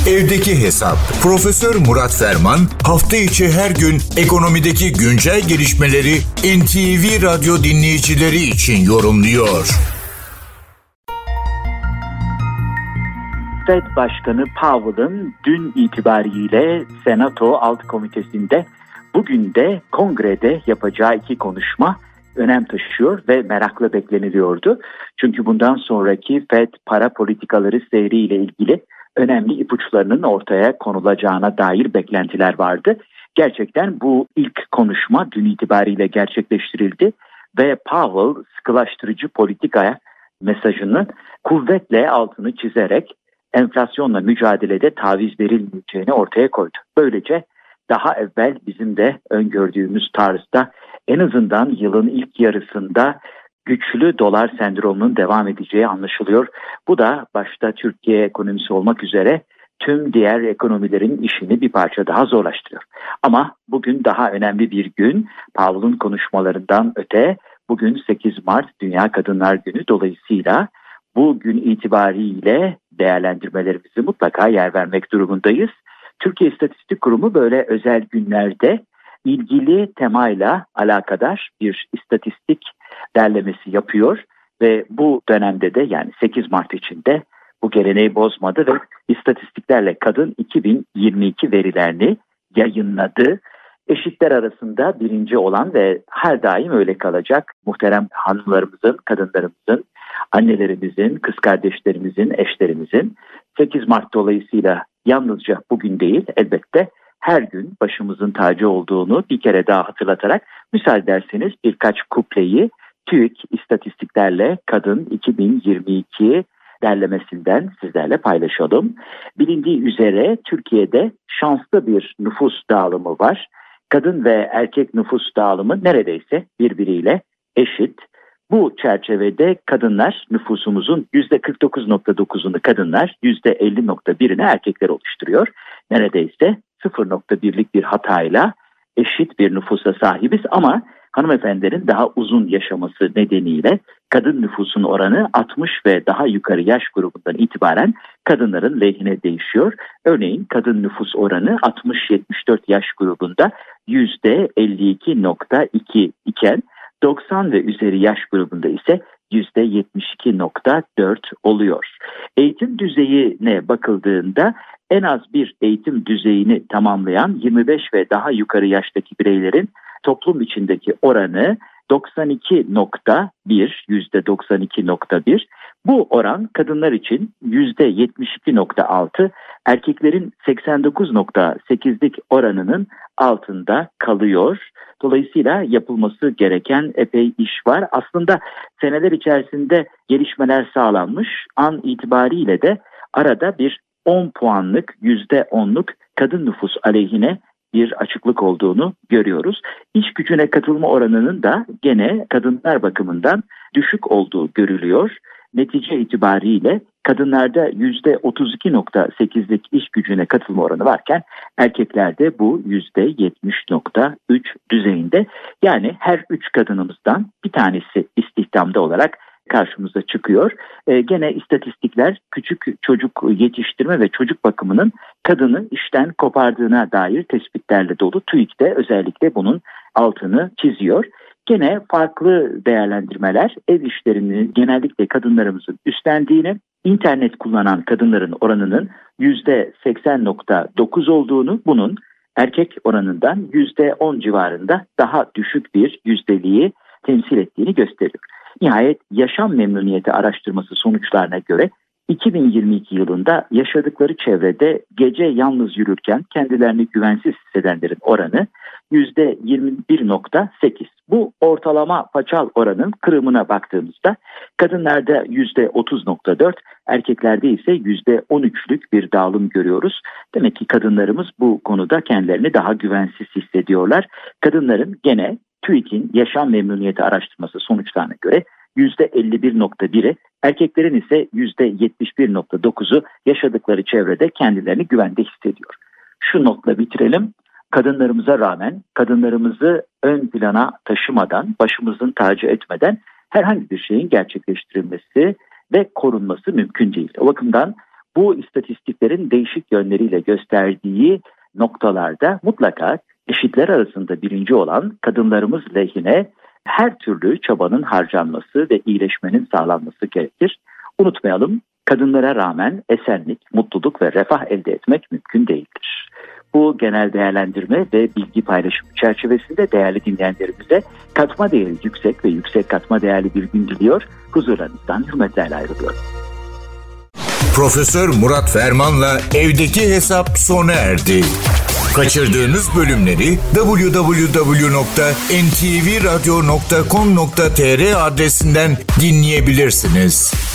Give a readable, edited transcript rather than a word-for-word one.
Evdeki Hesap. Profesör Murat Ferman hafta içi her gün ekonomideki güncel gelişmeleri NTV Radyo dinleyicileri için yorumluyor. Fed Başkanı Powell'ın dün itibariyle Senato Alt Komitesi'nde, bugün de Kongre'de yapacağı iki konuşma önem taşıyor ve merakla bekleniliyordu. Çünkü bundan sonraki Fed para politikaları seyriyle ilgili önemli ipuçlarının ortaya konulacağına dair beklentiler vardı. Gerçekten bu ilk konuşma dün itibariyle gerçekleştirildi ve Powell sıkılaştırıcı politikaya mesajının kuvvetle altını çizerek enflasyonla mücadelede taviz verilmeyeceğini ortaya koydu. Böylece daha evvel bizim de öngördüğümüz tarzda en azından yılın ilk yarısında güçlü dolar sendromunun devam edeceği anlaşılıyor. Bu da başta Türkiye ekonomisi olmak üzere tüm diğer ekonomilerin işini bir parça daha zorlaştırıyor. Ama bugün daha önemli bir gün. Powell'ın konuşmalarından öte bugün 8 Mart Dünya Kadınlar Günü, dolayısıyla bugün itibariyle değerlendirmelerimizi mutlaka yer vermek durumundayız. Türkiye İstatistik Kurumu böyle özel günlerde ilgili temayla alakadar bir istatistik derlemesi yapıyor ve bu dönemde de, yani 8 Mart içinde bu geleneği bozmadı ve İstatistiklerle Kadın 2022 verilerini yayınladı. Eşitler arasında birinci olan ve her daim öyle kalacak muhterem hanımlarımızın, kadınlarımızın, annelerimizin, kız kardeşlerimizin, eşlerimizin 8 Mart dolayısıyla yalnızca bugün değil, elbette her gün başımızın tacı olduğunu bir kere daha hatırlatarak müsaade ederseniz birkaç kupleyi TÜİK İstatistiklerle Kadın 2022 derlemesinden sizlerle paylaşalım. Bilindiği üzere Türkiye'de şanslı bir nüfus dağılımı var. Kadın ve erkek nüfus dağılımı neredeyse birbiriyle eşit. Bu çerçevede kadınlar, nüfusumuzun %49.9'unu kadınlar, %50.1'ini erkekler oluşturuyor. Neredeyse 0.1'lik bir hatayla eşit bir nüfusa sahibiz ama hanımefendilerin daha uzun yaşaması nedeniyle kadın nüfusun oranı 60 ve daha yukarı yaş grubundan itibaren kadınların lehine değişiyor. Örneğin kadın nüfus oranı 60-74 yaş grubunda %52.2 iken 90 ve üzeri yaş grubunda ise %72.4 oluyor. Eğitim düzeyine bakıldığında en az bir eğitim düzeyini tamamlayan 25 ve daha yukarı yaştaki bireylerin toplum içindeki oranı %92.1. Bu oran kadınlar için %72.6, erkeklerin 89.8'lik oranının altında kalıyor. Dolayısıyla yapılması gereken epey iş var. Aslında seneler içerisinde gelişmeler sağlanmış. An itibariyle de arada bir 10 puanlık, %10'luk kadın nüfus aleyhine bir açıklık olduğunu görüyoruz. İş gücüne katılma oranının da gene kadınlar bakımından düşük olduğu görülüyor. Netice itibariyle kadınlarda %32.8'lik iş gücüne katılma oranı varken erkeklerde bu %70.3 düzeyinde. Yani her 3 kadınımızdan bir tanesi istihdamda olarak karşımıza çıkıyor. Gene istatistikler küçük çocuk yetiştirme ve çocuk bakımının kadını işten kopardığına dair tespitlerle dolu. TÜİK de özellikle bunun altını çiziyor. Gene farklı değerlendirmeler ev işlerini genellikle kadınlarımızın üstlendiğini, internet kullanan kadınların oranının %80.9 olduğunu, bunun erkek oranından %10 civarında daha düşük bir yüzdeliği temsil ettiğini gösteriyor. Nihayet yaşam memnuniyeti araştırması sonuçlarına göre 2022 yılında yaşadıkları çevrede gece yalnız yürürken kendilerini güvensiz hissedenlerin oranı %21.8. Bu ortalama paçal oranın kırımına baktığımızda kadınlarda %30.4, erkeklerde ise %13'lük bir dağılım görüyoruz. Demek ki kadınlarımız bu konuda kendilerini daha güvensiz hissediyorlar. Kadınların gene TÜİK'in yaşam memnuniyeti araştırması sonuçlarına göre %51.1'i, erkeklerin ise %71.9'u yaşadıkları çevrede kendilerini güvende hissediyor. Şu notla bitirelim. Kadınlarımıza rağmen, kadınlarımızı ön plana taşımadan, başımızın tacı etmeden herhangi bir şeyin gerçekleştirilmesi ve korunması mümkün değil. O bakımdan bu istatistiklerin değişik yönleriyle gösterdiği noktalarda mutlaka eşitler arasında birinci olan kadınlarımız lehine her türlü çabanın harcanması ve iyileşmenin sağlanması gerekir. Unutmayalım, kadınlara rağmen esenlik, mutluluk ve refah elde etmek mümkün değildir. Bu genel değerlendirme ve bilgi paylaşımı çerçevesinde değerli dinleyenlerimize katma değeri yüksek ve yüksek katma değerli bir gün diliyor. Huzurlarınızdan hürmetlerle ayrılıyorum. Profesör Murat Ferman'la Evdeki Hesap sona erdi. Kaçırdığınız bölümleri www.ntvradio.com.tr adresinden dinleyebilirsiniz.